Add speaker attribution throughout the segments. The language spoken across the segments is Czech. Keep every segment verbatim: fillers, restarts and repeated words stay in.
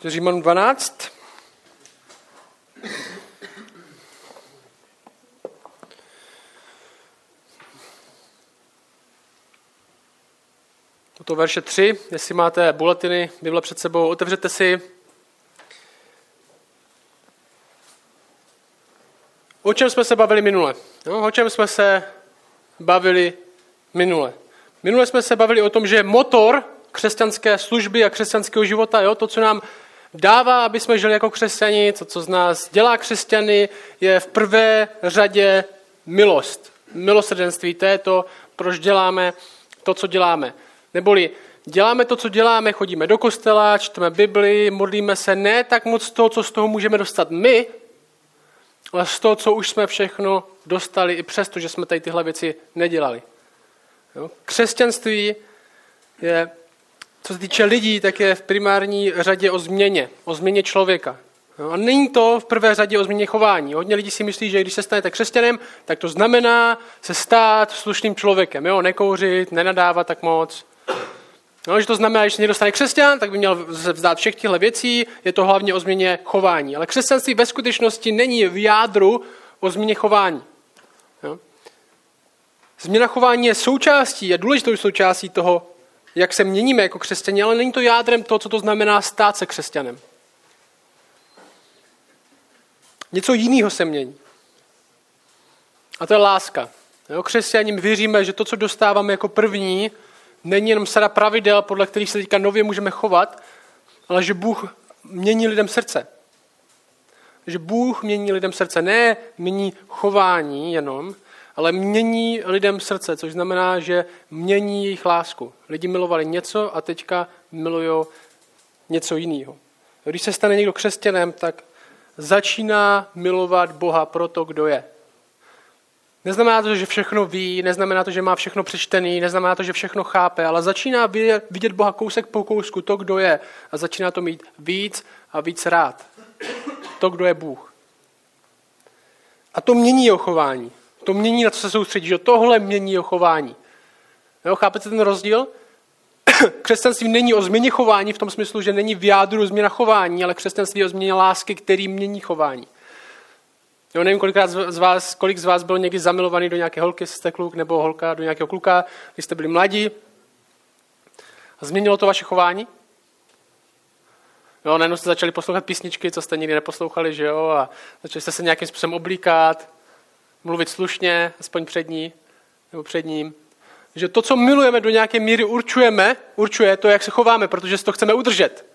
Speaker 1: Římanům dvanáct. Toto verše tři, jestli máte bulletiny, Bible před sebou, otevřete si. O čem jsme se bavili minule? No, o čem jsme se bavili minule? Minule jsme se bavili o tom, že motor křesťanské služby a křesťanského života, jo, to, co nám dává, aby jsme žili jako křesťani, to, co z nás dělá křesťany, je v prvé řadě milost. Milosrdenství, to je to, proč děláme to, co děláme. Neboli děláme to, co děláme, chodíme do kostela, čteme Bibli, modlíme se ne tak moc z toho, co z toho můžeme dostat my, ale z toho, co už jsme všechno dostali i přesto, že jsme tady tyhle věci nedělali. Jo? Křesťanství je, co se týče lidí, tak je v primární řadě o změně, o změně člověka. Jo? A není to v prvé řadě o změně chování. Hodně lidí si myslí, že když se stanete křesťanem, tak to znamená se stát slušným člověkem. Jo? Nekouřit, nenadávat tak moc. No, že to znamená, že se někdo stane křesťan, tak by měl vzdát všech těchto věcí, je to hlavně o změně chování. Ale křesťanství ve skutečnosti není v jádru o změně chování. Jo? Změna chování je součástí, je důležitou součástí toho, jak se měníme jako křesťani, ale není to jádrem toho, co to znamená stát se křesťanem. Něco jiného se mění. A to je láska. Jo? Křesťani věříme, že to, co dostáváme jako první, není jenom sada pravidel, podle kterých se teďka nově můžeme chovat, ale že Bůh mění lidem srdce. Že Bůh mění lidem srdce. Ne mění chování jenom, ale mění lidem srdce, což znamená, že mění jejich lásku. Lidi milovali něco a teďka milují něco jiného. Když se stane někdo křesťanem, tak začíná milovat Boha pro to, kdo je. Neznamená to, že všechno ví, neznamená to, že má všechno přečtený, neznamená to, že všechno chápe, ale začíná vidět Boha kousek po kousku, to, kdo je, a začíná to mít víc a víc rád. To, kdo je Bůh. A to mění jeho chování. To mění, na co se soustředí, že tohle mění jeho chování. Jo, chápete ten rozdíl? Křesťanství není o změně chování v tom smyslu, že není v jádru změna chování, ale křesťanství je o změně lásky, který mění chování. Jo, nevím, kolikrát z vás, kolik z vás byl někdy zamilovaný do nějaké holky, jste kluk, nebo holka do nějakého kluka, když jste byli mladí. A změnilo to vaše chování? Jo, najednou jste začali poslouchat písničky, co jste nikdy neposlouchali, že jo, a začali jste se nějakým způsobem oblíkat, mluvit slušně, aspoň před ní, nebo před ním. Že to, co milujeme, do nějaké míry určujeme, určuje to, jak se chováme, protože si to chceme udržet.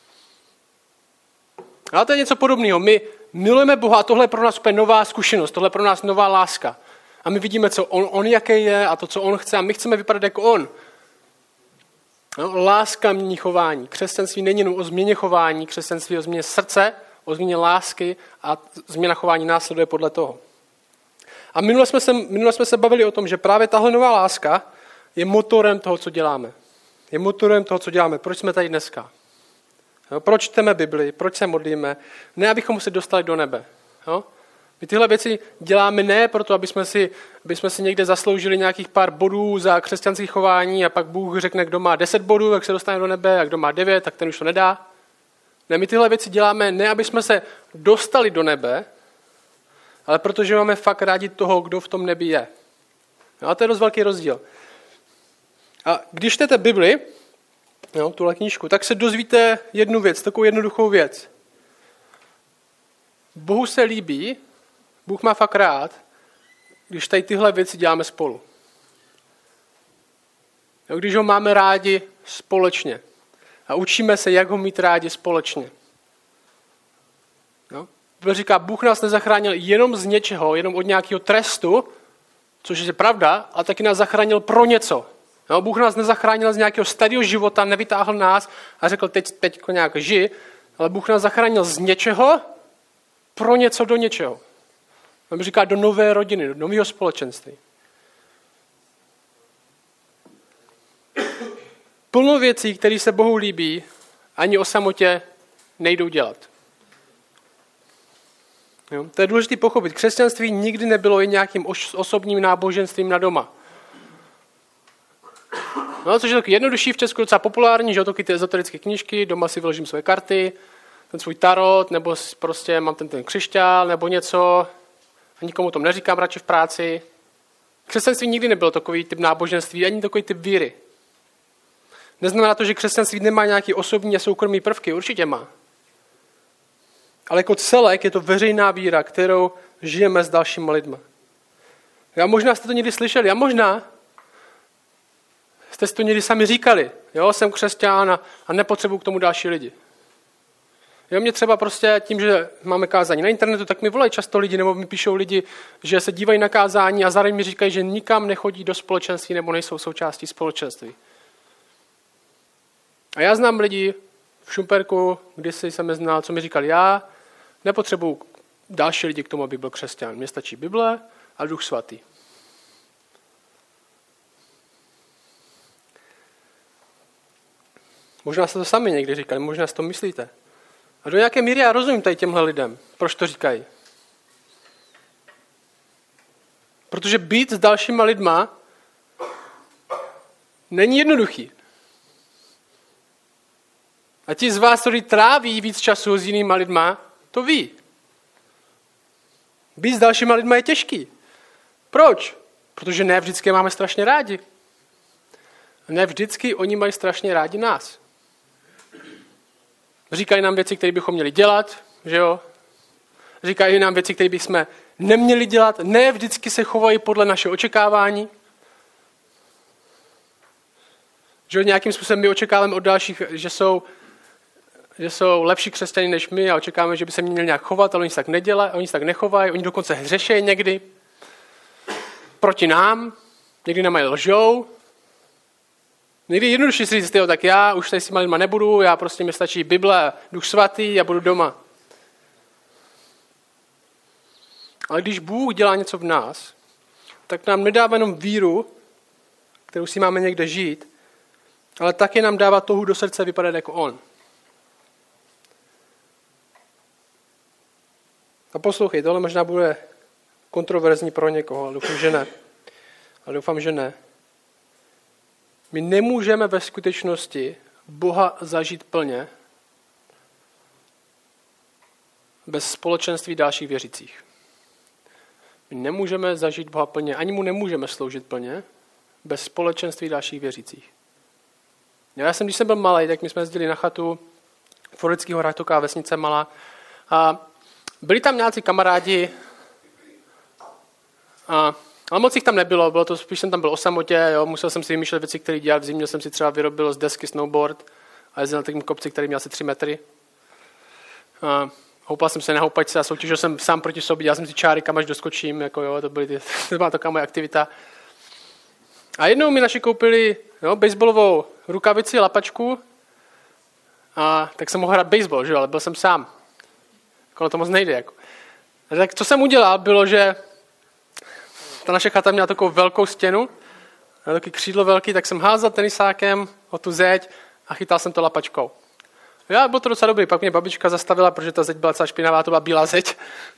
Speaker 1: Ale to je něco podobného. My milujeme Boha a tohle je pro nás úplně nová zkušenost, tohle je pro nás nová láska. A my vidíme, co on, on jaký je a to, co on chce a my chceme vypadat jako on. No, láska mění chování. Křesťanství není jenom o změně chování, křesťanství je o změně srdce, o změně lásky a změna chování následuje podle toho. A minule jsme se, minule jsme se bavili o tom, že právě tahle nová láska je motorem toho, co děláme. Je motorem toho, co děláme. Proč jsme tady dneska? Jo, proč čteme Bibli? Proč se modlíme? Ne, abychom se dostali do nebe. Jo? My tyhle věci děláme ne proto, aby jsme, si, aby jsme si někde zasloužili nějakých pár bodů za křesťanské chování a pak Bůh řekne, kdo má deset bodů, tak se dostane do nebe, a kdo má devět, tak ten už to nedá. Ne, my tyhle věci děláme ne, aby jsme se dostali do nebe, ale protože máme fakt rádi toho, kdo v tom nebi je. Jo, a to je dost velký rozdíl. A když čtete Bibli, jo, tuhle knížku, tak se dozvíte jednu věc, takovou jednoduchou věc. Bohu se líbí, Bůh má fakt rád, když tady tyhle věci děláme spolu. Jo, když ho máme rádi společně. A učíme se, jak ho mít rádi společně. Jo? Bible říká, Bůh nás nezachránil jenom z něčeho, jenom od nějakého trestu, což je pravda, ale taky nás zachránil pro něco. Jo? Bůh nás nezachránil z nějakého starého života, nevytáhl nás a řekl, teď, teď nějak ži, ale Bůh nás zachránil z něčeho pro něco do něčeho. On říká do nové rodiny, do nového společenství. Plno věcí, které se Bohu líbí, ani o samotě nejdou dělat. Jo? To je důležité pochopit. Křesťanství nikdy nebylo jen nějakým osobním náboženstvím na doma. No, což je taky jednodušší v Česku, docela populární, že jo, taky ty ezoterické knížky, doma si vyložím své karty, ten svůj tarot, nebo prostě mám ten, ten křišťál, nebo něco a nikomu to neříkám radši v práci. Křesťanství nikdy nebylo takový typ náboženství, ani takový typ víry. Neznamená to, že křesťanství nemá nějaké osobní a soukromé prvky, určitě má. Ale jako celek je to veřejná víra, kterou žijeme s dalšíma lidma. A možná jste to někdy slyšeli, a možná jste si to někdy sami říkali. Jo, jsem křesťan a, a nepotřebuji k tomu další lidi. Jo, mě třeba prostě tím, že máme kázání na internetu, tak mi volají často lidi, nebo mi píšou lidi, že se dívají na kázání a zároveň mi říkají, že nikam nechodí do společenství nebo nejsou součástí společenství. A já znám lidi v Šumperku, kdysi jsem je znal, co mi říkali, já nepotřebuji další lidi k tomu, abych byl křesťan. Mně stačí Bible a Duch Svatý. Možná jste to sami někdy říkali, možná si to myslíte. A do nějaké míry já rozumím tady těmhle lidem, proč to říkají. Protože být s dalšíma lidma není jednoduchý. A ti z vás, kteří tráví víc času s jinýma lidma, to ví. Být s dalšíma lidma je těžký. Proč? Protože ne vždycky je máme strašně rádi. A ne vždycky oni mají strašně rádi nás. Říkají nám věci, které bychom měli dělat, že jo? Říkají nám věci, které bychom neměli dělat. Ne vždycky se chovají podle našeho očekávání. Že nějakým způsobem my očekáváme od dalších, že jsou, že jsou lepší křesťané než my a očekáváme, že by se měli nějak chovat, ale oni se tak nedělají, oni se tak nechovají, oni dokonce hřešejí někdy proti nám, někdy nám mají lžou. Někdy jednodušší si říct, jo, tak já už tady s těma lidma nebudu, já prostě mi stačí Bible, Duch Svatý, já budu doma. Ale když Bůh dělá něco v nás, tak nám nedává jenom víru, kterou si máme někde žít, ale taky nám dává touhu do srdce vypadat jako on. A poslouchej, tohle možná bude kontroverzní pro někoho, ale doufám, že ne. Ale doufám, že ne. My nemůžeme ve skutečnosti Boha zažít plně bez společenství dalších věřících. My nemůžeme zažít Boha plně, ani mu nemůžeme sloužit plně bez společenství dalších věřících. Já jsem, když jsem byl malý, tak my jsme jezdili na chatu Forického hradu, taková vesnice malá. A byli tam nějací kamarádi, a, ale moc jich tam nebylo, bylo to spíš jsem tam byl o samotě, jo, musel jsem si vymýšlet věci, které dělat. V zimě jsem si třeba vyrobil z desky snowboard a jezdil na takovém kopci, který měl asi tři metry. A houpal jsem se na houpačce a soutěžil jsem sám proti sobě, dělal jsem si čáry, kam až doskočím, jako jo, to, byly ty, to byla taková moje aktivita. A jednou mi naši koupili jo, baseballovou rukavici, lapačku, a tak jsem mohl hrát baseball, že jo, ale byl jsem sám. Jako to moc nejde. Jako. A tak co jsem udělal, bylo, že ta naše chata měla takovou velkou stěnu, takový křídlo velký, tak jsem házel tenisákem o tu zeď a chytal jsem to lapačkou. Já byl to docela dobrý, pak mě babička zastavila, protože ta zeď byla celá špinavá, to byla bílá zeď.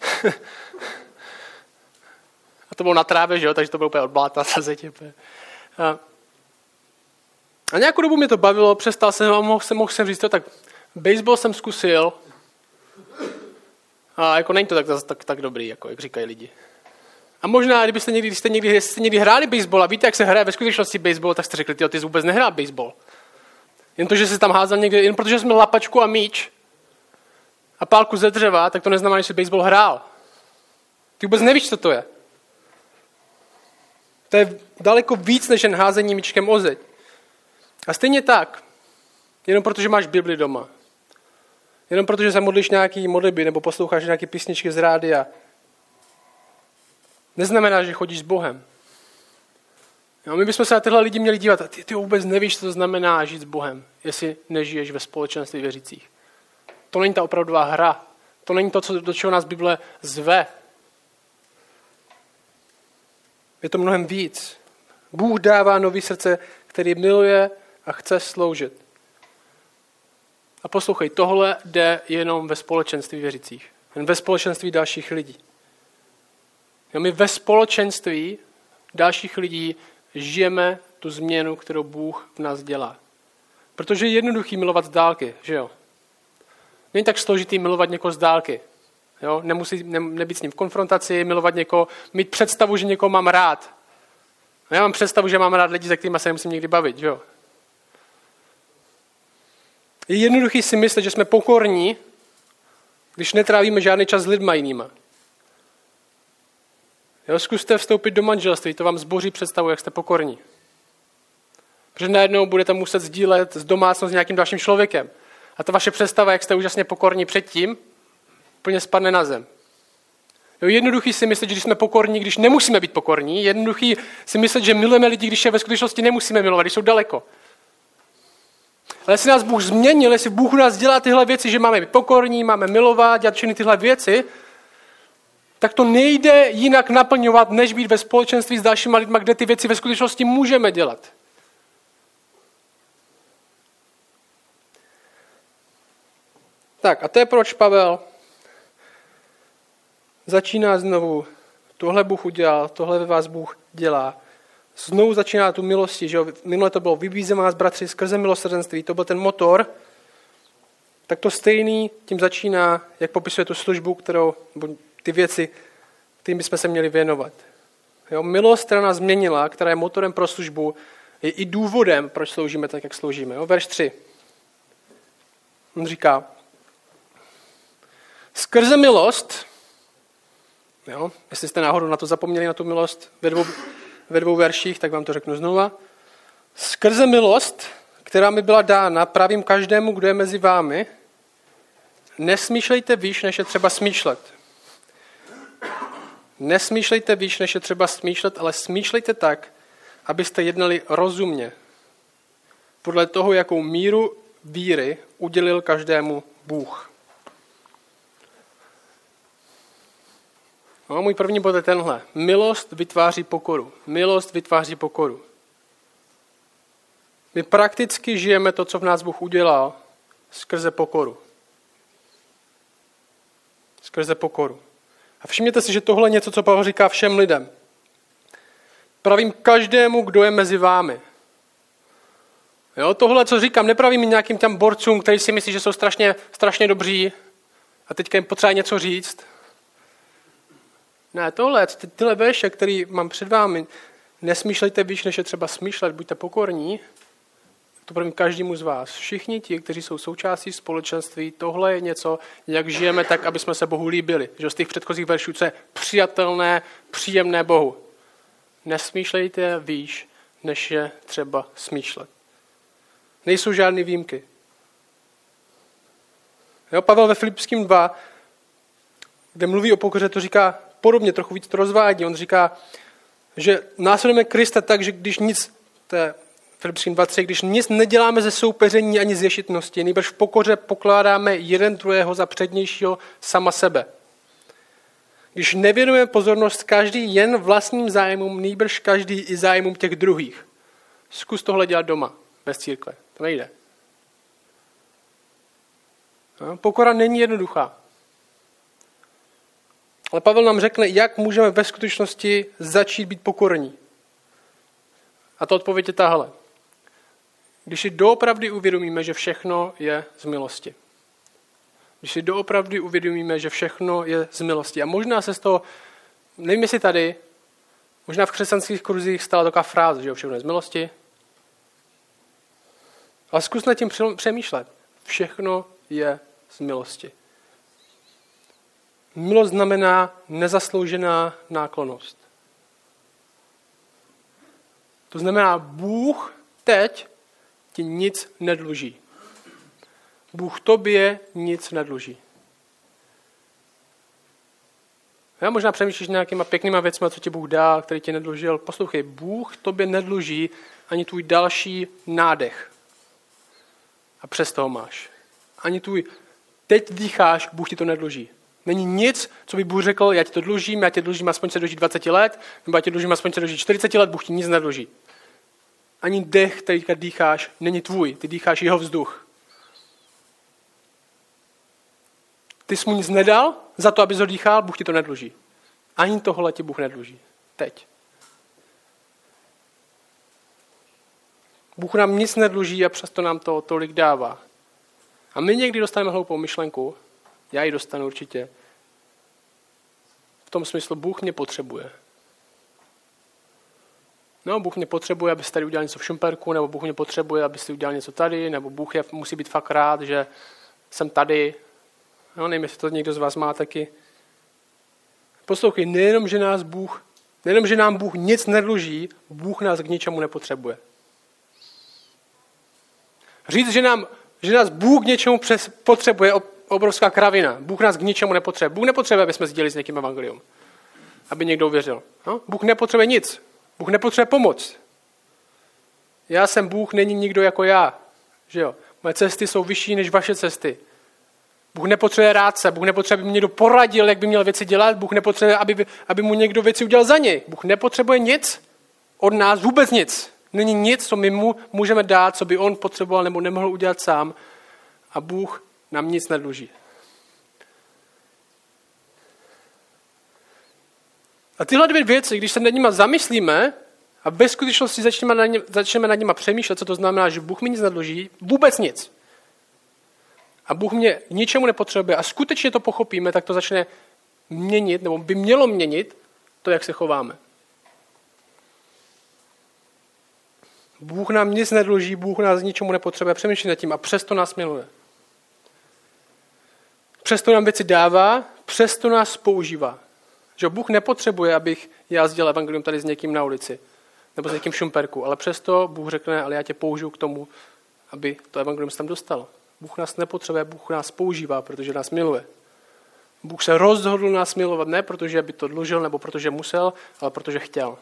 Speaker 1: A to bylo na trávě, že jo, takže to bylo úplně odblátá ta zeď. A, a nějakou dobu mě to bavilo, přestal jsem a mohl jsem, mohl jsem říct, to, tak baseball jsem zkusil a jako není to tak, tak, tak dobrý, jako, jak říkají lidi. A možná, kdybyste někdy, když jste někdy, když jste někdy hráli baseball a víte, jak se hraje ve skutečnosti baseball, tak jste řekli, tyjo, ty jsi vůbec nehrál baseball. Jen to, že jsi tam házel někde, jen protože jsme lapačku a míč a pálku ze dřeva, tak to neznamená, že jsi baseball hrál. Ty vůbec nevíš, co to je. To je daleko víc, než jen házení míčkem o zeď. A stejně tak, jenom protože máš Bibli doma, jenom protože se modlíš nějaký modlitby nebo posloucháš nějaké písničky z rádia, neznamená, že chodíš s Bohem. Jo, my bychom se na tyhle lidi měli dívat a ty, ty vůbec nevíš, co to znamená žít s Bohem, jestli nežiješ ve společenství věřících. To není ta opravdová hra. To není to, co, do čeho nás Bible zve. Je to mnohem víc. Bůh dává nový srdce, který miluje a chce sloužit. A poslouchej, tohle jde jenom ve společenství věřících. Jen ve společenství dalších lidí. Jo, my ve společenství dalších lidí žijeme tu změnu, kterou Bůh v nás dělá. Protože je jednoduchý milovat z dálky, že jo? Není tak složitý milovat někoho z dálky. Jo? Nemusí ne, nebýt s ním v konfrontaci, milovat někoho, mít představu, že někoho mám rád. A já mám představu, že mám rád lidi, se kterými se nemusím někdy bavit. Jo? Je jednoduchý si myslet, že jsme pokorní, když netrávíme žádný čas s lidma jinýma. Jo? Zkuste vstoupit do manželství, to vám zboří představu, jak jste pokorní. Protože najednou budete muset sdílet s domácnost s nějakým dalším člověkem. A ta vaše představa, jak jste úžasně pokorní předtím, úplně spadne na zem. Jo, jednoduchý si myslet, že když jsme pokorní, když nemusíme být pokorní, jednoduchý si myslet, že milujeme lidi, když je ve skutečnosti nemusíme milovat, když jsou daleko. Ale jestli nás Bůh změnil, jestli Bůh u nás dělá tyhle věci, že máme být pokorní, máme milovat, dělat všechny tyhle věci, tak to nejde jinak naplňovat, než být ve společenství s dalšíma lidma, kde ty věci ve skutečnosti můžeme dělat. Tak a to je proč Pavel začíná znovu, tohle Bůh udělal, tohle ve vás Bůh dělá. Znovu začíná tu milosti, že jo? Minule to bylo vybízím vás, bratři, skrze milosrdenství, to byl ten motor, tak to stejný tím začíná, jak popisuje tu službu, kterou, ty věci, kterým bychom se měli věnovat. Jo? Milost, která nás změnila, která je motorem pro službu, je i důvodem, proč sloužíme tak, jak sloužíme. Jo? Verš tři. On říká, skrze milost, jo, jestli jste náhodou na to zapomněli, na tu milost ve dvou, ve dvou verších, tak vám to řeknu znova. Skrze milost, která mi byla dána, pravím každému, kdo je mezi vámi, nesmýšlejte výš, než je třeba smýšlet. Nesmýšlejte výš, než je třeba smýšlet, ale smýšlejte tak, abyste jednali rozumně. Podle toho, jakou míru víry udělil každému Bůh. No, můj první bod je tenhle. Milost vytváří pokoru. Milost vytváří pokoru. My prakticky žijeme to, co v nás Bůh udělal, skrze pokoru. Skrze pokoru. A všimněte si, že tohle je něco, co Pavel říká všem lidem. Pravím každému, kdo je mezi vámi. Jo, tohle, co říkám, nepravím nějakým těm borcům, kteří si myslí, že jsou strašně, strašně dobří a teďka jim potřeba něco říct. Ne, tohle, ty, tyhle verše, který mám před vámi, nesmýšlejte výš, než je třeba smýšlet, buďte pokorní. To pravím každému z vás. Všichni ti, kteří jsou součástí společenství, tohle je něco, jak žijeme tak, aby jsme se Bohu líbili. Že z těch předchozích veršů, co je přijatelné, příjemné Bohu. Nesmýšlejte výš, než je třeba smýšlet. Nejsou žádné výjimky. Jo, Pavel ve Filipským dva, kde mluví o pokoře, to říká podobně, trochu víc to rozvádí. On říká, že následujeme Krista tak, že když nic, to je Filipským dva tři, když nic neděláme ze soupeření ani z ješitnosti, nýbrž v pokoře pokládáme jeden druhého za přednějšího sama sebe. Když nevěnujeme pozornost každý jen vlastním zájmům, nýbrž každý i zájmům těch druhých. Zkus tohle dělat doma, bez církve. To nejde. No, pokora není jednoduchá. Ale Pavel nám řekne, jak můžeme ve skutečnosti začít být pokorní. A to odpověď je tahle. Když si doopravdy uvědomíme, že všechno je z milosti. Když si doopravdy uvědomíme, že všechno je z milosti. A možná se z toho, nevím jestli tady, možná v křesťanských kruzích stala taková fráze, že všechno je z milosti. Ale zkus nad tím přemýšlet. Všechno je z milosti. Milost znamená nezasloužená náklonnost. To znamená, Bůh teď ti nic nedluží. Bůh tobě nic nedluží. Já možná přemýšlíš nějakýma pěknýma věcmi, co ti Bůh dá, který ti nedlužil. Poslouchej, Bůh tobě nedluží ani tvůj další nádech. A přesto ho máš. Ani tvůj teď dýcháš, Bůh ti to nedluží. Není nic, co by Bůh řekl, já ti to dlužím, já ti dlužím aspoň se dožít dvacet let, nebo já ti dlužím aspoň se dožít čtyřicet let, Bůh ti nic nedluží. Ani dech, který dýcháš, není tvůj, ty dýcháš jeho vzduch. Ty jsi mu nic nedal, za to, abys ho dýchal, Bůh ti to nedluží. Ani tohle ti Bůh nedluží. Teď. Bůh nám nic nedluží a přesto nám to tolik dává. A my někdy dostaneme hloupou myšlenku, já ji dostanu určitě, v tom smyslu, Bůh mě potřebuje. No, Bůh mě potřebuje, abyste tady udělal něco v Šumperku, nebo Bůh mě potřebuje, abyste udělal něco tady, nebo Bůh je, musí být fakt rád, že jsem tady. No, nevím, jestli to někdo z vás má taky. Poslouchej, nejenom, že nás Bůh, nejenom, že nám Bůh nic nedluží, Bůh nás k ničemu nepotřebuje. Říct, že, nám, že nás Bůh k něčemu přes, potřebuje, obrovská kravina. Bůh nás k ničemu nepotřebuje. Bůh nepotřebuje, aby jsme sdělili s někým evangelium. Aby někdo uvěřil. No? Bůh nepotřebuje nic. Bůh nepotřebuje pomoc. Já jsem Bůh, není nikdo jako já. Že jo? Moje cesty jsou vyšší než vaše cesty. Bůh nepotřebuje rádce, Bůh nepotřebuje, aby mu někdo poradil, jak by měl věci dělat, Bůh nepotřebuje, aby, aby mu někdo věci udělal za něj. Bůh nepotřebuje nic od nás, vůbec nic. Není nic, co my mu můžeme dát, co by on potřeboval nebo nemohl udělat sám. A Bůh nám nic nedluží. A tyhle dvě věci, když se nad nimi zamyslíme a ve skutečnosti začneme nad, ně, začneme nad nimi přemýšlet, co to znamená, že Bůh mi nic nedluží, vůbec nic. A Bůh mě ničemu nepotřebuje a skutečně to pochopíme, tak to začne měnit, nebo by mělo měnit to, jak se chováme. Bůh nám nic nedluží, Bůh nás ničemu nepotřebuje, přemýšlí nad tím a přesto nás miluje. Přesto nám věci dává, přesto nás používá. Že Bůh nepotřebuje, abych já sdělal evangelium tady s někým na ulici, nebo s někým v Šumperku, ale přesto Bůh řekne, ale já tě použiju k tomu, aby to evangelium se tam dostalo. Bůh nás nepotřebuje, Bůh nás používá, protože nás miluje. Bůh se rozhodl nás milovat ne protože by to dlužil, nebo protože musel, ale protože chtěl.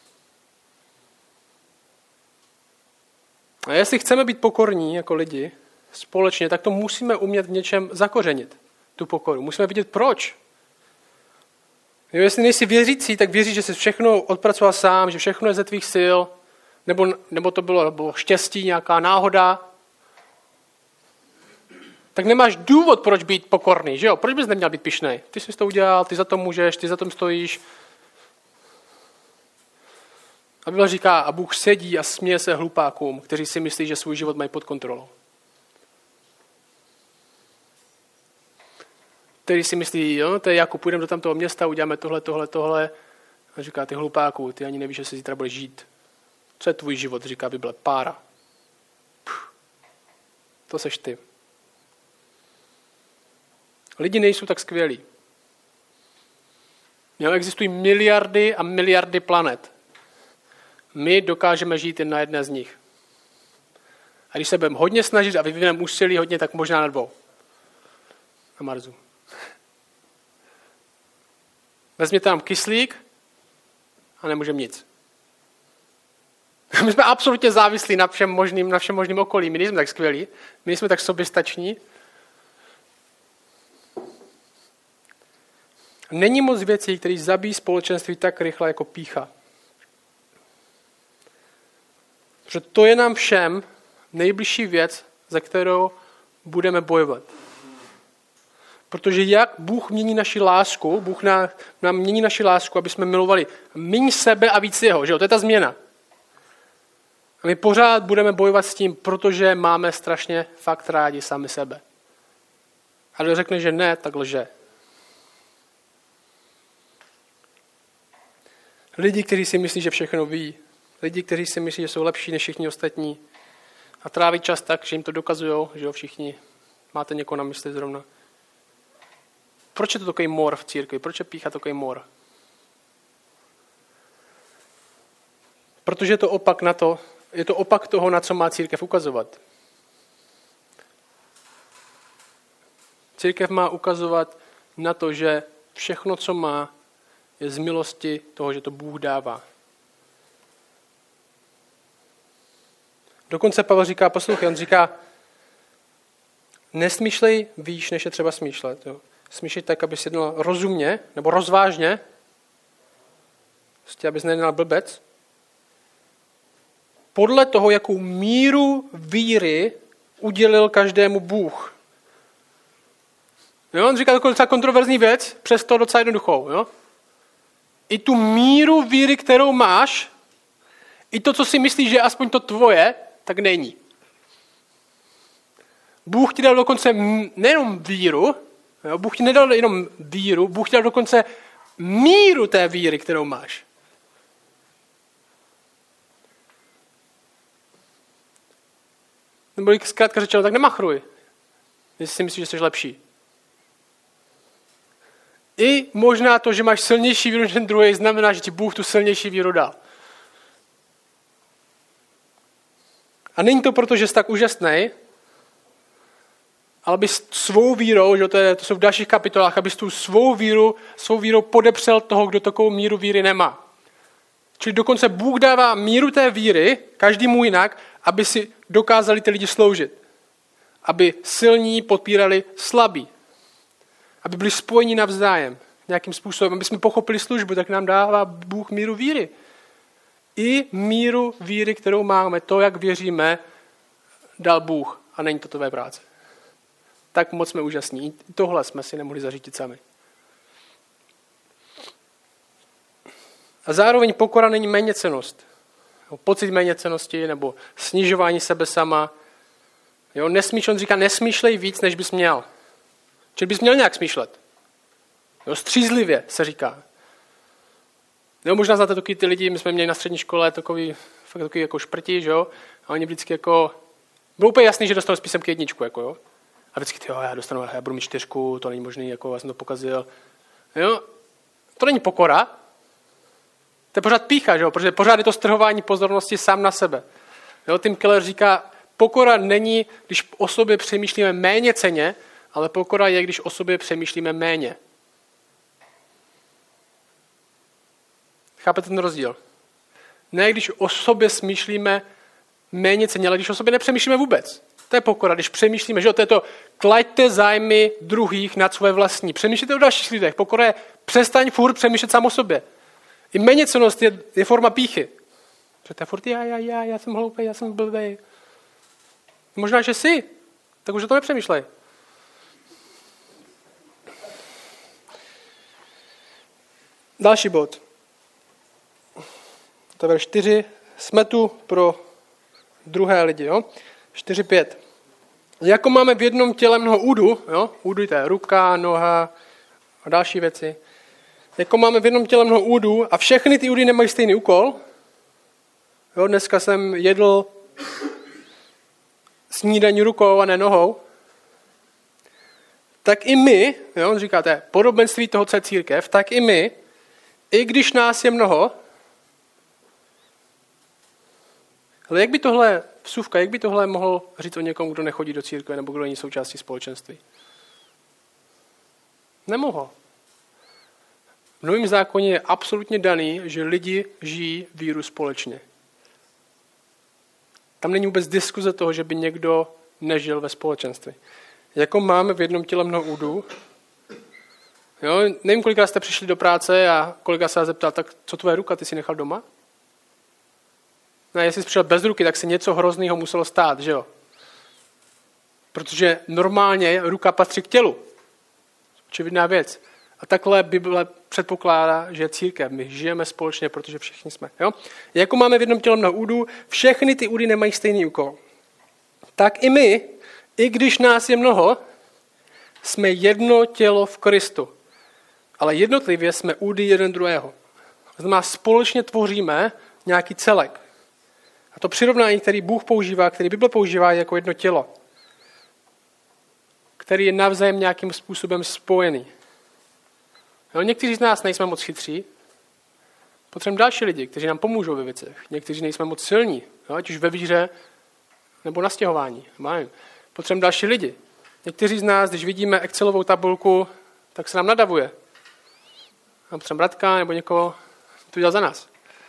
Speaker 1: A jestli chceme být pokorní jako lidi společně, tak to musíme umět v něčem zakořenit, tu pokoru. Musíme vidět proč. Jo, jestli nejsi věřící, tak věříš, že jsi všechno odpracoval sám, že všechno je ze tvých sil, nebo, nebo to bylo nebo štěstí, nějaká náhoda, tak nemáš důvod, proč být pokorný, že jo? Proč bys neměl být pyšnej? Ty jsi to udělal, ty za to můžeš, ty za tom stojíš. A Bible říká, a Bůh sedí a směje se hlupákům, kteří si myslí, že svůj život mají pod kontrolou. Kteří si myslí, jo, to je jako půjdeme do tamtoho města, uděláme tohle, tohle, tohle. A říká, ty hlupáků, ty ani nevíš, že se zítra budeš žít. Co je tvůj život? Říká Bible, pára. Puh. To seš ty. Lidi nejsou tak skvělí. Jo, existují miliardy a miliardy planet. My dokážeme žít jen na jedné z nich. A když se budeme hodně snažit a vyvineme úsilí hodně, tak možná na dvou. Na Marsu. Vezměte nám kyslík a nemůžeme nic. My jsme absolutně závislí na všem možným, na všem možným okolí. My nejsme tak skvělí, my nejsme tak soběstační. Není moc věcí, které zabíjí společenství tak rychle jako pýcha. Protože to je nám všem nejbližší věc, za kterou budeme bojovat. Protože jak Bůh mění naši lásku, Bůh nám, nám mění naši lásku, aby jsme milovali míň sebe a víc jeho. Že jo? To je ta změna. A my pořád budeme bojovat s tím, protože máme strašně fakt rádi sami sebe. A kdo řekne, že ne, tak lže. Lidi, kteří si myslí, že všechno ví. Lidi, kteří si myslí, že jsou lepší než všichni ostatní. A tráví čas tak, že jim to dokazují, že jo, všichni. Máte někoho na mysli zrovna. Proč je to takový mor v církvi? Proč je pýcha takový mor? Protože je to opak na to, je to opak toho, na co má církev ukazovat. Církev má ukazovat na to, že všechno, co má, je z milosti toho, že to Bůh dává. Dokonce Pavel říká, poslouchej, on říká, nesmýšlej výš, než je třeba smýšlet. Jo. Smýšlej tak, abys jednal rozumně, nebo rozvážně, prostě, abys nejednal blbec, podle toho, jakou míru víry udělil každému Bůh. Jo, on říká takovou docela kontroverzní věc, přesto docela jednoduchou. Jo. I tu míru víry, kterou máš, i to, co si myslíš, že je aspoň to tvoje, tak není. Bůh ti dal dokonce nejenom víru, jo, Bůh ti nedal jenom víru, Bůh ti dal dokonce míru té víry, kterou máš. Nebo zkrátka řečeno, tak nemachruj, jestli si myslíš, že jsi lepší. I možná to, že máš silnější víru než ten druhý, znamená, že ti Bůh tu silnější víru dal. A není to proto, že jsi tak úžasný, ale abys svou vírou, že to, je, to jsou v dalších kapitolách, abys tu svou víru, svou vírou podepřel toho, kdo takovou míru víry nemá. Čili dokonce Bůh dává míru té víry, každému jinak, aby si dokázali ty lidi sloužit. Aby silní podpírali slabí. Aby byli spojeni navzájem nějakým způsobem. Aby jsme pochopili službu, tak nám dává Bůh míru víry. I míru víry, kterou máme, to, jak věříme, dal Bůh. A není to tvé práce. Tak moc jsme úžasní. I tohle jsme si nemohli zařídit sami. A zároveň pokora není méněcennost. Pocit méněcennosti nebo snižování sebe sama. Jo, nesmíš, on říká, nesmýšlej víc, než bys měl. Čili bys měl nějak smýšlet. Jo, střízlivě se říká. Jo, možná znáte takový ty lidi, my jsme měli na střední škole takový, fakt takový jako šprti, že jo? A oni vždycky jako, bylo úplně jasný, že dostanou spíš k jedničku, jako jo? A vždycky, tyjo, já dostanu, já budu mít čtyřku, to není možný, jako já jsem to pokazil. Jo? To není pokora, to je pořád pýcha, že jo? Protože pořád je to strhování pozornosti sám na sebe. Jo? Tim Keller říká, pokora není, když o sobě přemýšlíme méně ceně, ale pokora je, když o sobě přemýšlíme méně. Chápete ten rozdíl? Ne, když o sobě smýšlíme méně ceně, ale když o sobě nepřemýšlíme vůbec. To je pokora, když přemýšlíme, že jo, to je to, klaďte zájmy druhých nad svoje vlastní. Přemýšlíte o dalších lidech. Pokora je, přestaň furt přemýšlet sám o sobě. I méněcennost je, je forma pýchy. Protože to je furt já, já, já, já jsem hloupý, já jsem blbej. Možná, že jsi, tak už o to nepřemýšlej. Další bod. To je čtyři. Jsme tu pro druhé lidi. Jo? čtyři pět. Jako máme v jednom těle mnoho údů, jo? Údy to je ruka, noha a další věci. Jako máme v jednom těle mnoho údů a všechny ty údy nemají stejný úkol. Jo? Dneska jsem jedl snídaní rukou a ne nohou. Tak i my, jo? On říká, to je podobenství toho, co je církev, tak i my, i když nás je mnoho, ale jak by tohle, vsuvka, jak by tohle mohl říct o někom, kdo nechodí do církve nebo kdo není součástí společenství? Nemohl. V Novém zákoně je absolutně daný, že lidi žijí víru společně. Tam není vůbec diskuze toho, že by někdo nežil ve společenství. Jako máme v jednom těle mnoho údů, jo, nevím, kolikrát jste přišli do práce a kolikrát se vás zeptal, tak co tvoje ruka, ty si nechal doma? No, jestli jsi přišel bez ruky, tak se něco hroznýho muselo stát, že jo? Protože normálně ruka patří k tělu. Očividná věc. A takhle Bible předpokládá, že je církev. My žijeme společně, protože všichni jsme. Jo? Jako máme v jednom těle mnoho údů, všechny ty údy nemají stejný úkol. Tak i my, i když nás je mnoho, jsme jedno tělo v Kristu. Ale jednotlivě jsme údy jeden druhého. To znamená, společně tvoříme nějaký celek. A to přirovnání, který Bůh používá, který Bible používá, je jako jedno tělo, který je navzájem nějakým způsobem spojený. Jo, někteří z nás nejsme moc chytří, potřebujeme další lidi, kteří nám pomůžou ve věcech. Někteří nejsme moc silní, jo, ať už ve víře nebo na stěhování. Potřebujeme další lidi. Někteří z nás, když vidíme Excelovou tabulku, tak se nám nadavuje. A potřebujeme bratka nebo někoho, to dělá za nás.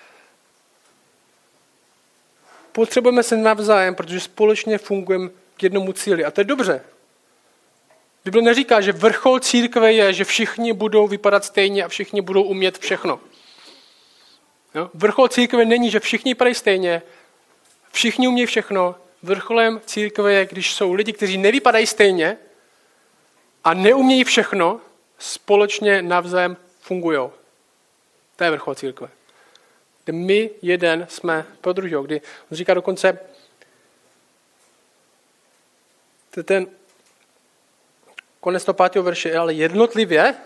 Speaker 1: Potřebujeme se navzájem, protože společně fungujeme k jednomu cíli. A to je dobře. Bible neříká, že vrchol církve je, že všichni budou vypadat stejně a všichni budou umět všechno. Jo? Vrchol církve není, že všichni vypadají stejně, všichni umějí všechno. Vrcholem církve je, když jsou lidi, kteří nevypadají stejně a neumějí všechno, společně navzájem fungují. To je vrchol církve. Kde my jeden jsme pro druhého. Kdy on říká dokonce, To je ten konec toho pátého verše, ale jednotlivě,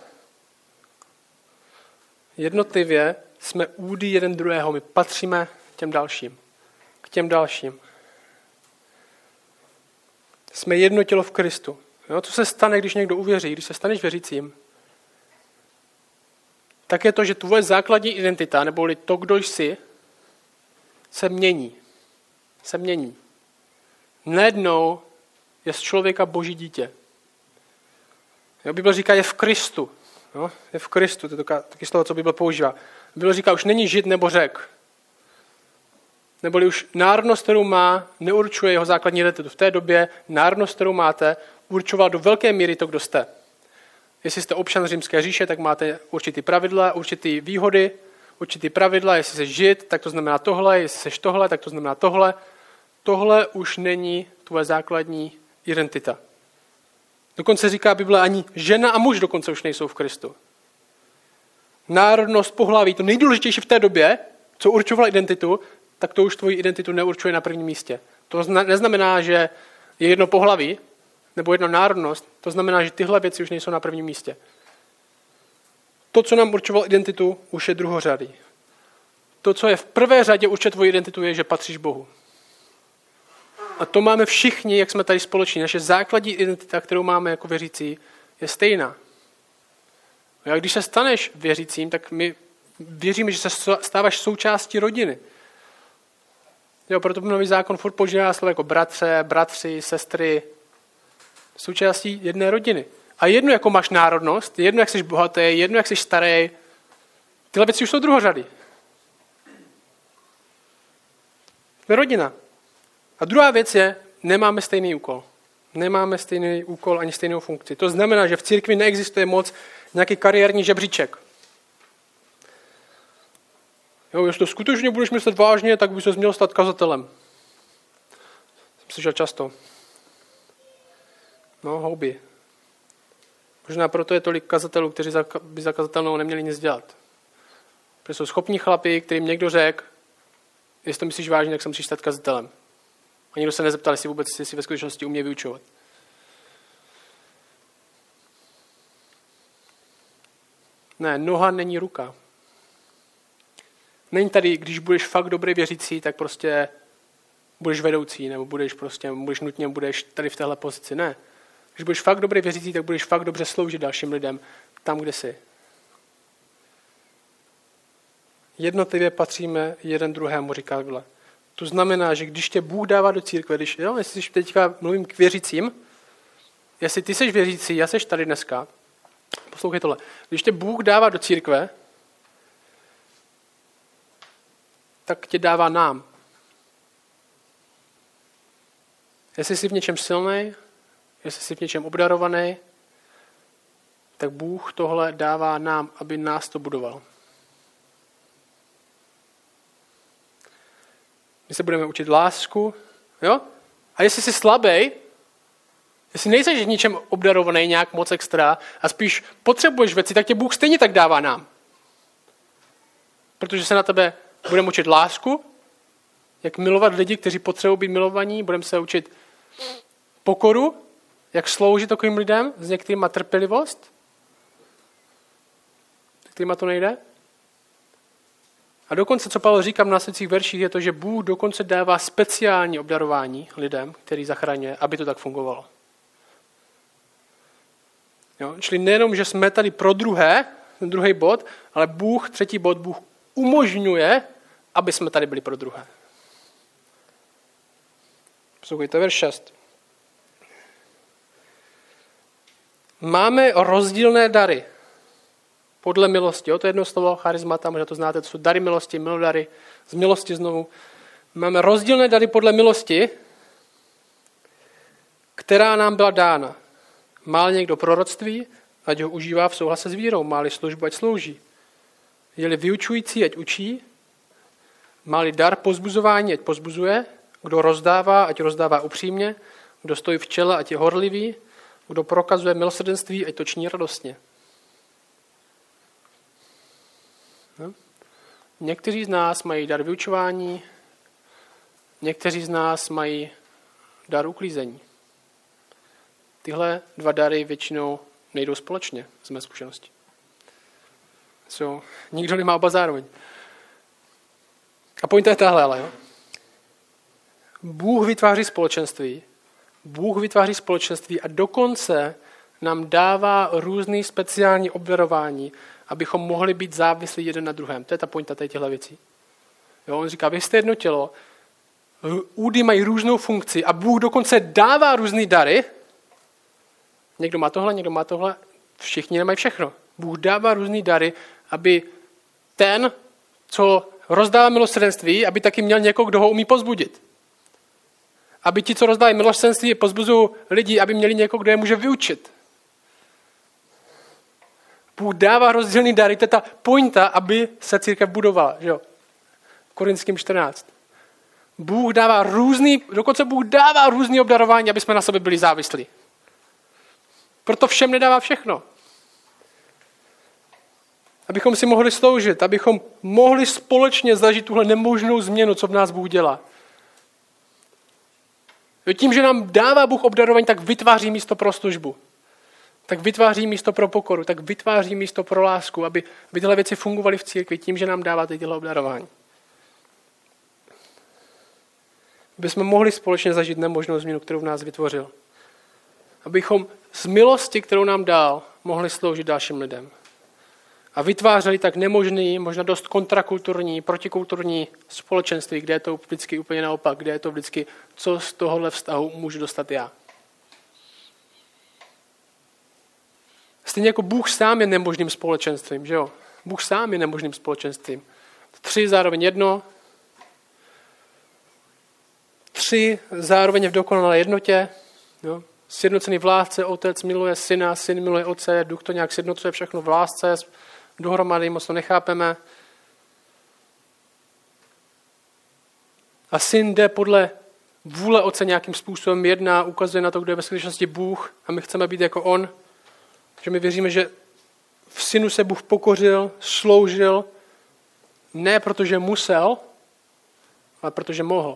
Speaker 1: jednotlivě jsme údy jeden druhého, my patříme těm dalším, k těm dalším. Jsme jedno tělo v Kristu. Jo, co se stane, když někdo uvěří, když se staneš věřícím, tak je to, že tvoje základní identita, neboli to, kdo jsi, se mění. Se mění. Najednou je z člověka Boží dítě. Jo, Bible říká, je v Kristu. Jo, je v Kristu, to je taky slovo, co Bible používá. Bible říká, už není Žid nebo Řek. Neboli už národnost, kterou má, neurčuje jeho základní identitu. V té době národnost, kterou máte, určoval do velké míry to, kdo jste. Jestli jste občan římské říše, tak máte určitý pravidla, určitý výhody, určitý pravidla. Jestli jsi Žid, tak to znamená tohle, jestli jsi tohle, tak to znamená tohle. Tohle už není tvoje základní identita. Dokonce říká Bible, ani žena a muž dokonce už nejsou v Kristu. Národnost, pohlaví, to nejdůležitější v té době, co určovala identitu, tak to už tvoji identitu neurčuje na prvním místě. To neznamená, že je jedno pohlaví nebo jedna národnost, to znamená, že tyhle věci už nejsou na prvním místě. To, co nám určovalo identitu, už je druhořadý. To, co je v prvé řadě určuje tvoji identitu, je, že patříš Bohu. A to máme všichni, jak jsme tady společní. Naše základní identita, kterou máme jako věřící, je stejná. A když se staneš věřícím, tak my věříme, že se stáváš součástí rodiny. Jo, proto nový zákon furt používá slovo jako bratře, bratři, sestry, součástí jedné rodiny. A jedno, jako máš národnost, jedno, jak jsi bohatý, jedno, jak jsi starý, tyhle věci už jsou druhořady. Jsme rodina. A druhá věc je, nemáme stejný úkol. Nemáme stejný úkol ani stejnou funkci. To znamená, že v církvi neexistuje moc nějaký kariérní žebříček. Jo, jestli to skutečně budeš myslet vážně, tak bys se měl stát kazatelem. Jsem slyšel často. No, houby. Možná proto je tolik kazatelů, kteří by za kazatelnou neměli nic dělat. Protože jsou schopní chlapi, kterým někdo řekl, jestli to myslíš vážně, tak se musíš stát kazatelem. A nikdo se nezeptal, jestli vůbec jestli ve skutečnosti umí vyučovat. Ne, noha není ruka. Není tady, když budeš fakt dobrý věřící, tak prostě budeš vedoucí, nebo budeš prostě, budeš nutně, budeš tady v téhle pozici. Ne. Když budeš fakt dobrý věřící, tak budeš fakt dobře sloužit dalším lidem tam, kde jsi. Jednotlivě patříme jeden druhému, říká Bible. To znamená, že když tě Bůh dává do církve, když, jo, jestli teďka mluvím k věřícím, jestli ty jsi věřící, já seš tady dneska, poslouchej tohle, když tě Bůh dává do církve, tak tě dává nám. Jestli jsi v něčem silný, jestli jsi v něčem obdarovaný, tak Bůh tohle dává nám, aby nás to budoval. My se budeme učit lásku, jo? A jestli jsi slabý, jestli nejseš v ničem obdarovaný nějak moc extra a spíš potřebuješ věci, tak tě Bůh stejně tak dává nám. Protože se na tebe budeme učit lásku, jak milovat lidi, kteří potřebují být milovaní, budeme se učit pokoru, jak sloužit takovým lidem, s některýma trpělivost, s některýma to nejde. A dokonce, co Pavel říká v následujících verších, je to, že Bůh dokonce dává speciální obdarování lidem, který zachraňuje, aby to tak fungovalo. Jo? Čili nejenom, že jsme tady pro druhé, ten druhý bod, ale Bůh, třetí bod, Bůh umožňuje, aby jsme tady byli pro druhé. Poslouchejte, verš šest. Máme rozdílné dary podle milosti. Jo? To je jedno slovo, charismata, možná to znáte, to jsou dary milosti, milodary, z milosti znovu. Máme rozdílné dary podle milosti, která nám byla dána. Má někdo proroctví, ať ho užívá v souhlase s vírou. Má-li službu, ať slouží. Je-li vyučující, ať učí. Má-li dar pozbuzování, ať pozbuzuje. Kdo rozdává, ať rozdává upřímně. Kdo stojí v čele, ať je horlivý. Kdo prokazuje milosrdenství, ať to činí radostně. No. Někteří z nás mají dar vyučování, někteří z nás mají dar uklízení. tyhle dva dary většinou nejdou společně, z mé zkušenosti. So, nikdo nemá oba zároveň. A pointa je tahle, ale jo. Bůh vytváří společenství. Bůh vytváří společenství a dokonce nám dává různý speciální obdarování, abychom mohli být závislí jeden na druhém. To je ta pointa těchto věcí. Jo, on říká, vy jste jedno tělo, údy mají různou funkci a Bůh dokonce dává různý dary. Někdo má tohle, někdo má tohle, všichni nemají všechno. Bůh dává různý dary, aby ten, co rozdává milosrdenství, aby taky měl někoho, kdo ho umí pozbudit. Aby ti, co rozdávají milosrdenství, pozbuzují lidi, aby měli někoho, kdo je může vyučit. Bůh dává rozdílný dary, to je ta pointa, aby se církev budovala. Že jo? Korinským čtrnáct. Bůh dává různý, dokonce Bůh dává různý obdarování, aby jsme na sobě byli závislí. Proto všem nedává všechno. Abychom si mohli sloužit, abychom mohli společně zažít tuhle nemožnou změnu, co v nás Bůh dělá. Tím, že nám dává Bůh obdarování, tak vytváří místo pro službu. Tak vytváří místo pro pokoru, tak vytváří místo pro lásku, aby, aby tyhle věci fungovaly v církvi tím, že nám dává tyhle obdarování. Aby jsme mohli společně zažít nemožnou změnu, kterou v nás vytvořil. Abychom z milosti, kterou nám dal, mohli sloužit dalším lidem. A vytvářeli tak nemožný, možná dost kontrakulturní, protikulturní společenství, kde je to vždycky úplně naopak, kde je to vždycky, co z tohohle vztahu můžu dostat já. Stejně jako Bůh sám je nemožným společenstvím, že jo? Bůh sám je nemožným společenstvím. Tři zároveň jedno, tři zároveň v dokonalé jednotě, jo? Sjednocený v lásce, otec miluje syna, syn miluje otce, duch to nějak sjednocuje všechno v lásce, dohromady moc to nechápeme. A syn jde podle vůle otce nějakým způsobem jedná, ukazuje na to, kdo je ve skutečnosti Bůh a my chceme být jako on. Že my věříme, že v synu se Bůh pokořil, sloužil, ne protože musel, ale protože mohl.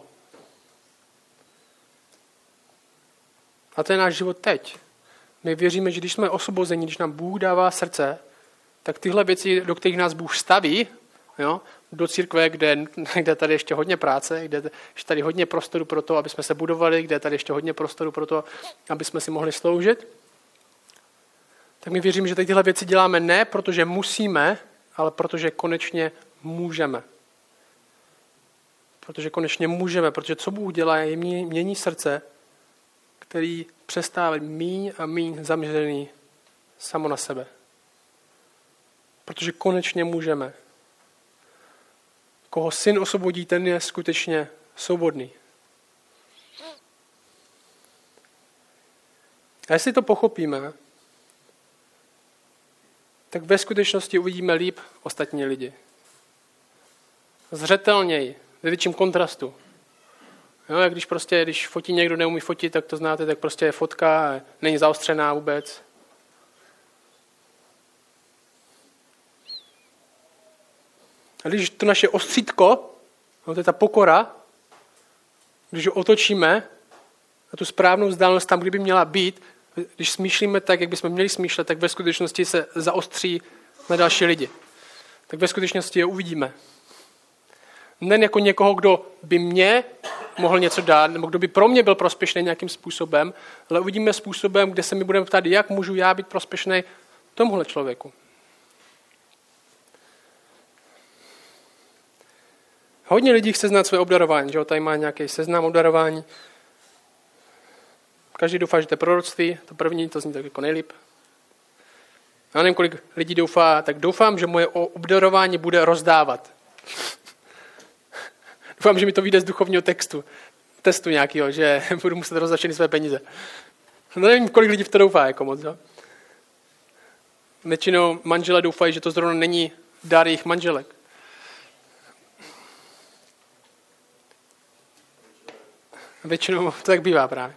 Speaker 1: A to je náš život teď. My věříme, že když jsme osvobozeni, když nám Bůh dává srdce, tak tyhle věci, do kterých nás Bůh staví, jo, do církve, kde, kde tady ještě hodně práce, kde je tady hodně prostoru pro to, aby jsme se budovali, kde je tady ještě hodně prostoru pro to, aby jsme si mohli sloužit, tak my věříme, že tyhle věci děláme ne, protože musíme, ale protože konečně můžeme. Protože konečně můžeme, protože co Bůh dělá, je mění srdce, který přestává míň a míň zaměřený samo na sebe. Protože konečně můžeme. Koho syn osvobodí, ten je skutečně svobodný. A jestli to pochopíme, tak ve skutečnosti uvidíme líp ostatní lidi. Zřetelněji, ve větším kontrastu. Jo, jak když prostě, když fotí někdo neumí fotit, tak to znáte, tak prostě je fotka a není zaostřená vůbec. A když to naše ostřítko, no to je ta pokora, když ho otočíme na tu správnou vzdálenost tam, kdyby měla být, když smýšlíme tak, jak bychom měli smýšlet, tak ve skutečnosti se zaostří na další lidi. Tak ve skutečnosti je uvidíme. Ne jako někoho, kdo by mě mohl něco dát, nebo kdo by pro mě byl prospěšný nějakým způsobem, ale uvidíme způsobem, kde se mi budeme ptát, jak můžu já být prospěšný tomuhle člověku. Hodně lidí chce znát své obdarování, že jo? Tady má nějaký seznam obdarování. Každý doufá, že to je proroctví, to první, to zní tak jako nejlíp. Já nevím, kolik lidí doufá, tak doufám, že moje obdarování bude rozdávat. Doufám, že mi to vyjde z duchovního textu, testu nějakého, že budu muset rozdat všechny své peníze. No nevím, kolik lidí v to doufá, jako moc. Jo? Většinou manželé doufají, že to zrovna není dar jejich manželek. Většinou to tak bývá právě.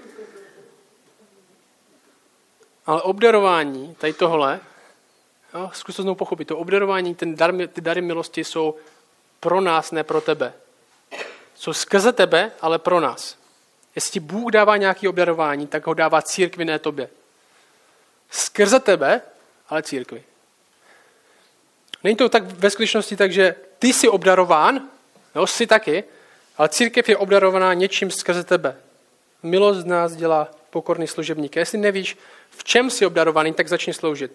Speaker 1: Ale obdarování, tady tohle, jo, zkus to znovu pochopit, to obdarování, ten dar, ty dary milosti jsou pro nás, ne pro tebe. Jsou skrze tebe, ale pro nás. Jestli ti Bůh dává nějaké obdarování, tak ho dává církvi, ne tobě. Skrze tebe, ale církvi. Není to tak ve skutečnosti tak, že ty jsi obdarován, jo, jsi taky, ale církev je obdarovaná něčím skrze tebe. Milost z nás dělá pokorný služebník. Jestli nevíš, v čem jsi obdarovaný, tak začni sloužit.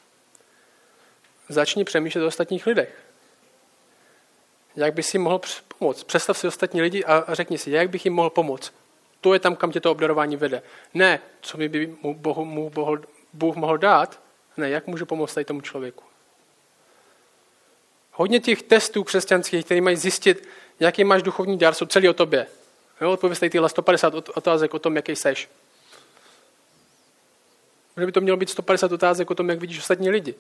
Speaker 1: Začni přemýšlet o ostatních lidech. Jak bys jim mohl pomoct? Představ si ostatní lidi a řekni si, jak bych jim mohl pomoct. To je tam, kam tě to obdarování vede. Ne, co mi by mu Bohu, mu Bohu, Bůh mohl dát, ne, jak můžu pomoct tady tomu člověku. Hodně těch testů křesťanských, které mají zjistit, jaký máš duchovní dar, jsou celý o tobě. Jo, odpověz tady tyhle sto padesát otázek o tom, jaký seš. Že by to mělo být sto padesát otázek o tom, jak vidíš ostatní lidi.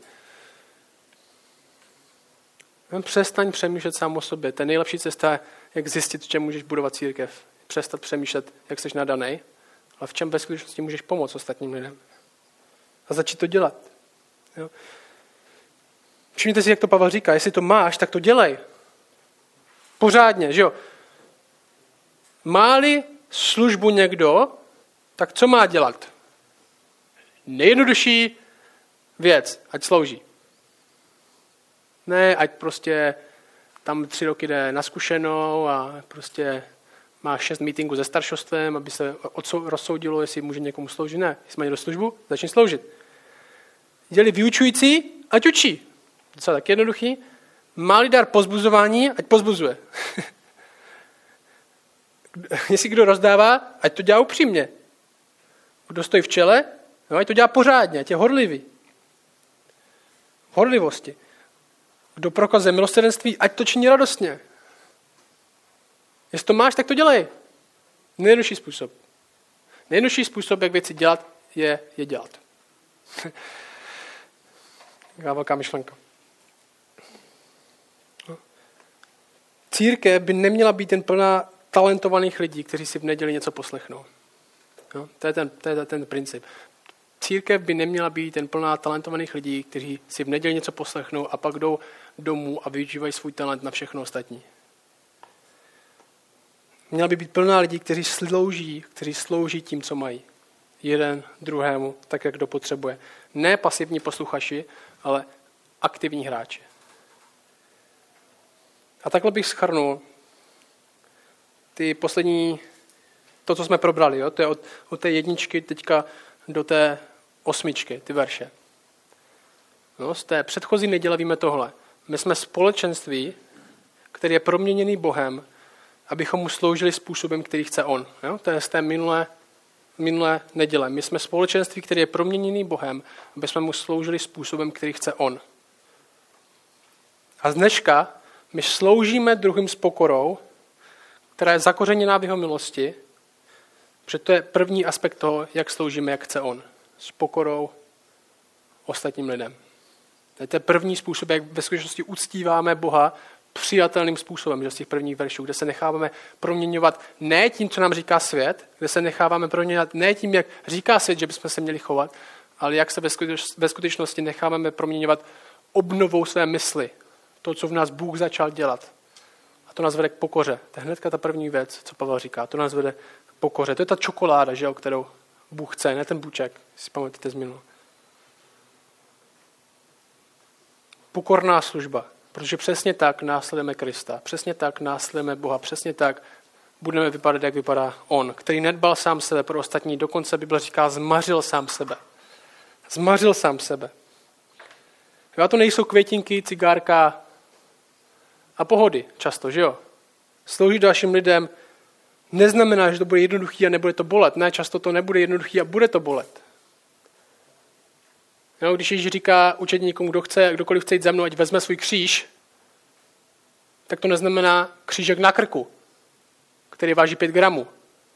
Speaker 1: Přestaň přemýšlet sám o sobě. To je nejlepší cesta, jak zjistit, v čem můžeš budovat církev. Přestat přemýšlet, jak jsi nadanej, ale v čem ve skutečnosti můžeš pomoct ostatním lidem. A začít to dělat. Jo. Všimněte si, jak to Pavel říká. Jestli to máš, tak to dělej. Pořádně, že jo? Má-li službu někdo, tak co má dělat? Nejjednodušší věc, ať slouží. Ne, ať prostě tam tři roky jde na zkušenou a prostě má šest meetingů se staršostvem, aby se rozsoudilo, jestli může někomu sloužit. Ne, jestli má někdo službu, začni sloužit. Děli vyučující, ať učí. Docela tak jednoduchý. Má-li dar pozbuzování, ať pozbuzuje. Jestli kdo rozdává, ať to dělá upřímně. Kdo stojí v čele, no, ať to dělá pořádně, ať je horlivý. Horlivosti. Kdo prokazuje milosrdenství, ať to činí radostně. Jestli to máš, tak to dělej. Nejjednodušší způsob. Nejjednodušší způsob, jak věci dělat, je je dělat. Taková velká myšlenka. Církev by neměla být jen plná talentovaných lidí, kteří si v neděli něco poslechnou. No, to je ten, to je ten princip. Církev by neměla být jen plná talentovaných lidí, kteří si v neděli něco poslechnou a pak jdou domů a využívají svůj talent na všechno ostatní. Měla by být plná lidí, kteří slouží, kteří slouží tím, co mají. Jeden druhému, tak, jak kdo potřebuje. Ne pasivní posluchači, ale aktivní hráči. A takhle bych shrnul ty poslední, to, co jsme probrali, jo? To je od, od té jedničky teďka do té osmičky, ty verše. No, z té předchozí neděle víme tohle. My jsme společenství, který je proměněný Bohem, abychom mu sloužili způsobem, který chce on. Jo? To je z té minulé, minulé neděle. My jsme společenství, který je proměněný Bohem, aby jsme mu sloužili způsobem, který chce on. A z dneška my sloužíme druhým s pokorou, která je zakořeněná v jeho milosti, protože to je první aspekt toho, jak sloužíme, jak chce on. S pokorou ostatním lidem. To je první způsob, jak ve skutečnosti uctíváme Boha přijatelným způsobem, že z těch prvních veršů, kde se necháváme proměňovat ne tím, co nám říká svět, kde se necháváme proměňovat ne tím, jak říká svět, že bychom se měli chovat, ale jak se ve skutečnosti necháváme proměňovat obnovou své mysli. To, co v nás Bůh začal dělat. A to nás vede k pokoře. To je hnedka ta první věc, co Pavel říká. To nás vede k pokoře. To je ta čokoláda, že jo, kterou Bůh chce, ne ten buček, si pamatujete z minula. Pokorná služba. Protože přesně tak následujeme Krista. Přesně tak následujeme Boha. Přesně tak budeme vypadat, jak vypadá on, který nedbal sám sebe pro ostatní. Dokonce Bible říká, zmařil sám sebe. Zmařil sám sebe. A to nejsou květinky, cigárka a pohody často, že jo? Sloužit dalším lidem neznamená, že to bude jednoduchý a nebude to bolet. Ne, často to nebude jednoduchý a bude to bolet. Jo, když Ježíš říká učedníkům, kdo chce, kdokoliv chce jít za mnou, ať vezme svůj kříž, tak to neznamená křížek na krku, který váží pět gramů.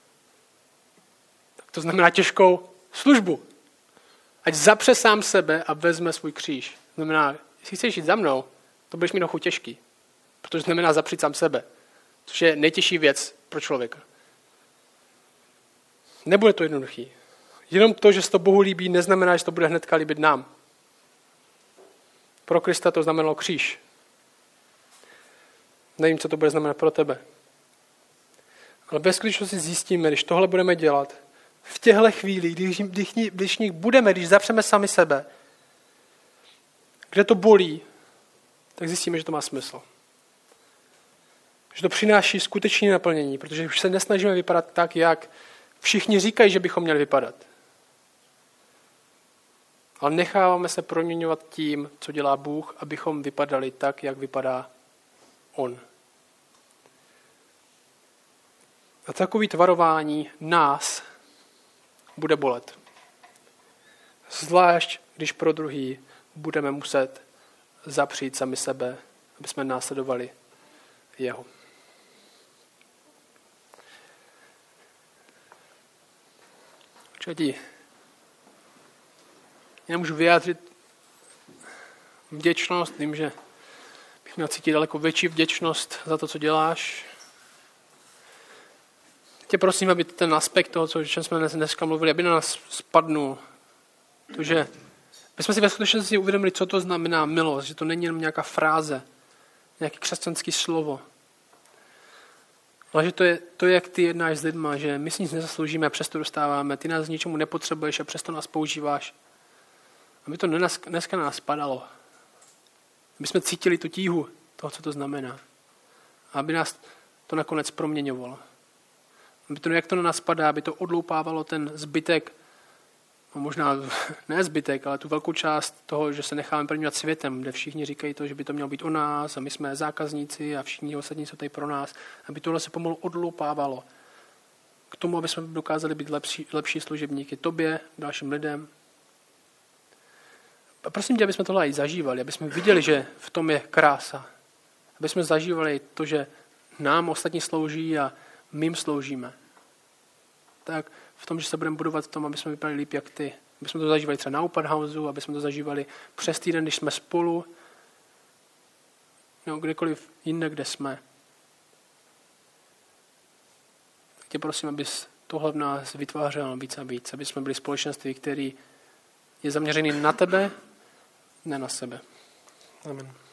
Speaker 1: Tak to znamená těžkou službu. Ať zapře sám sebe a vezme svůj kříž. Znamená, jestli chceš jít za mnou, to budeš mít trochu těžký. Protože znamená zapřít sám sebe. Což je nejtěžší věc pro člověka. Nebude to jednoduchý. Jenom to, že se to Bohu líbí, neznamená, že to bude hnedka líbit nám. Pro Krista to znamenalo kříž. Nevím, co to bude znamenat pro tebe. Ale ve skutečnosti zjistíme, když tohle budeme dělat, v těchto chvílích, když, když, když nich budeme, když zapřeme sami sebe, kde to bolí, tak zjistíme, že to má smysl. Že to přináší skutečné naplnění, protože už se nesnažíme vypadat tak, jak všichni říkají, že bychom měli vypadat. Ale necháváme se proměňovat tím, co dělá Bůh, abychom vypadali tak, jak vypadá On. A takový tvarování nás bude bolet. Zvlášť, když pro druhý budeme muset zapřít sami sebe, aby jsme následovali jeho. Četí, já můžu vyjádřit vděčnost, vím, že bych měl cítit daleko větší vděčnost za to, co děláš. Tě prosím, aby ten aspekt toho, co jsme dneska mluvili, aby na nás spadnul. To, že bychom si ve skutečnosti uvědomili, co to znamená milost, že to není jenom nějaká fráze, nějaké křesťanské slovo. Ale že to je, to je, jak ty jednáš s lidma, že my si nic nezasloužíme a přesto dostáváme, ty nás k ničemu nepotřebuješ a přesto nás používáš. Aby to dneska na nás padalo. Aby jsme cítili tu tíhu toho, co to znamená. A aby nás to nakonec proměňovalo. Aby to, jak to na nás padá, aby to odloupávalo ten zbytek, no možná ne zbytek, ale tu velkou část toho, že se necháme proměňovat světem, kde všichni říkají to, že by to mělo být o nás a my jsme zákazníci a všichni ostatní jsou tady pro nás. Aby tohle se pomalu odloupávalo k tomu, aby jsme dokázali být lepší, lepší služebníky tobě, dalším lidem. A prosím tě, aby jsme tohle i zažívali, aby jsme viděli, že v tom je krása. Aby jsme zažívali to, že nám ostatní slouží a my jim sloužíme. Tak v tom, že se budeme budovat v tom, aby jsme vypadali líp jak ty. Aby jsme to zažívali třeba na Open Houseu, aby jsme to zažívali přes týden, když jsme spolu, no kdekoliv jinde, kde jsme. Tak tě prosím, abys tohle v nás vytvářel víc a víc, aby jsme byli společenství, který je zaměřený na tebe, ne na sebe. Amen.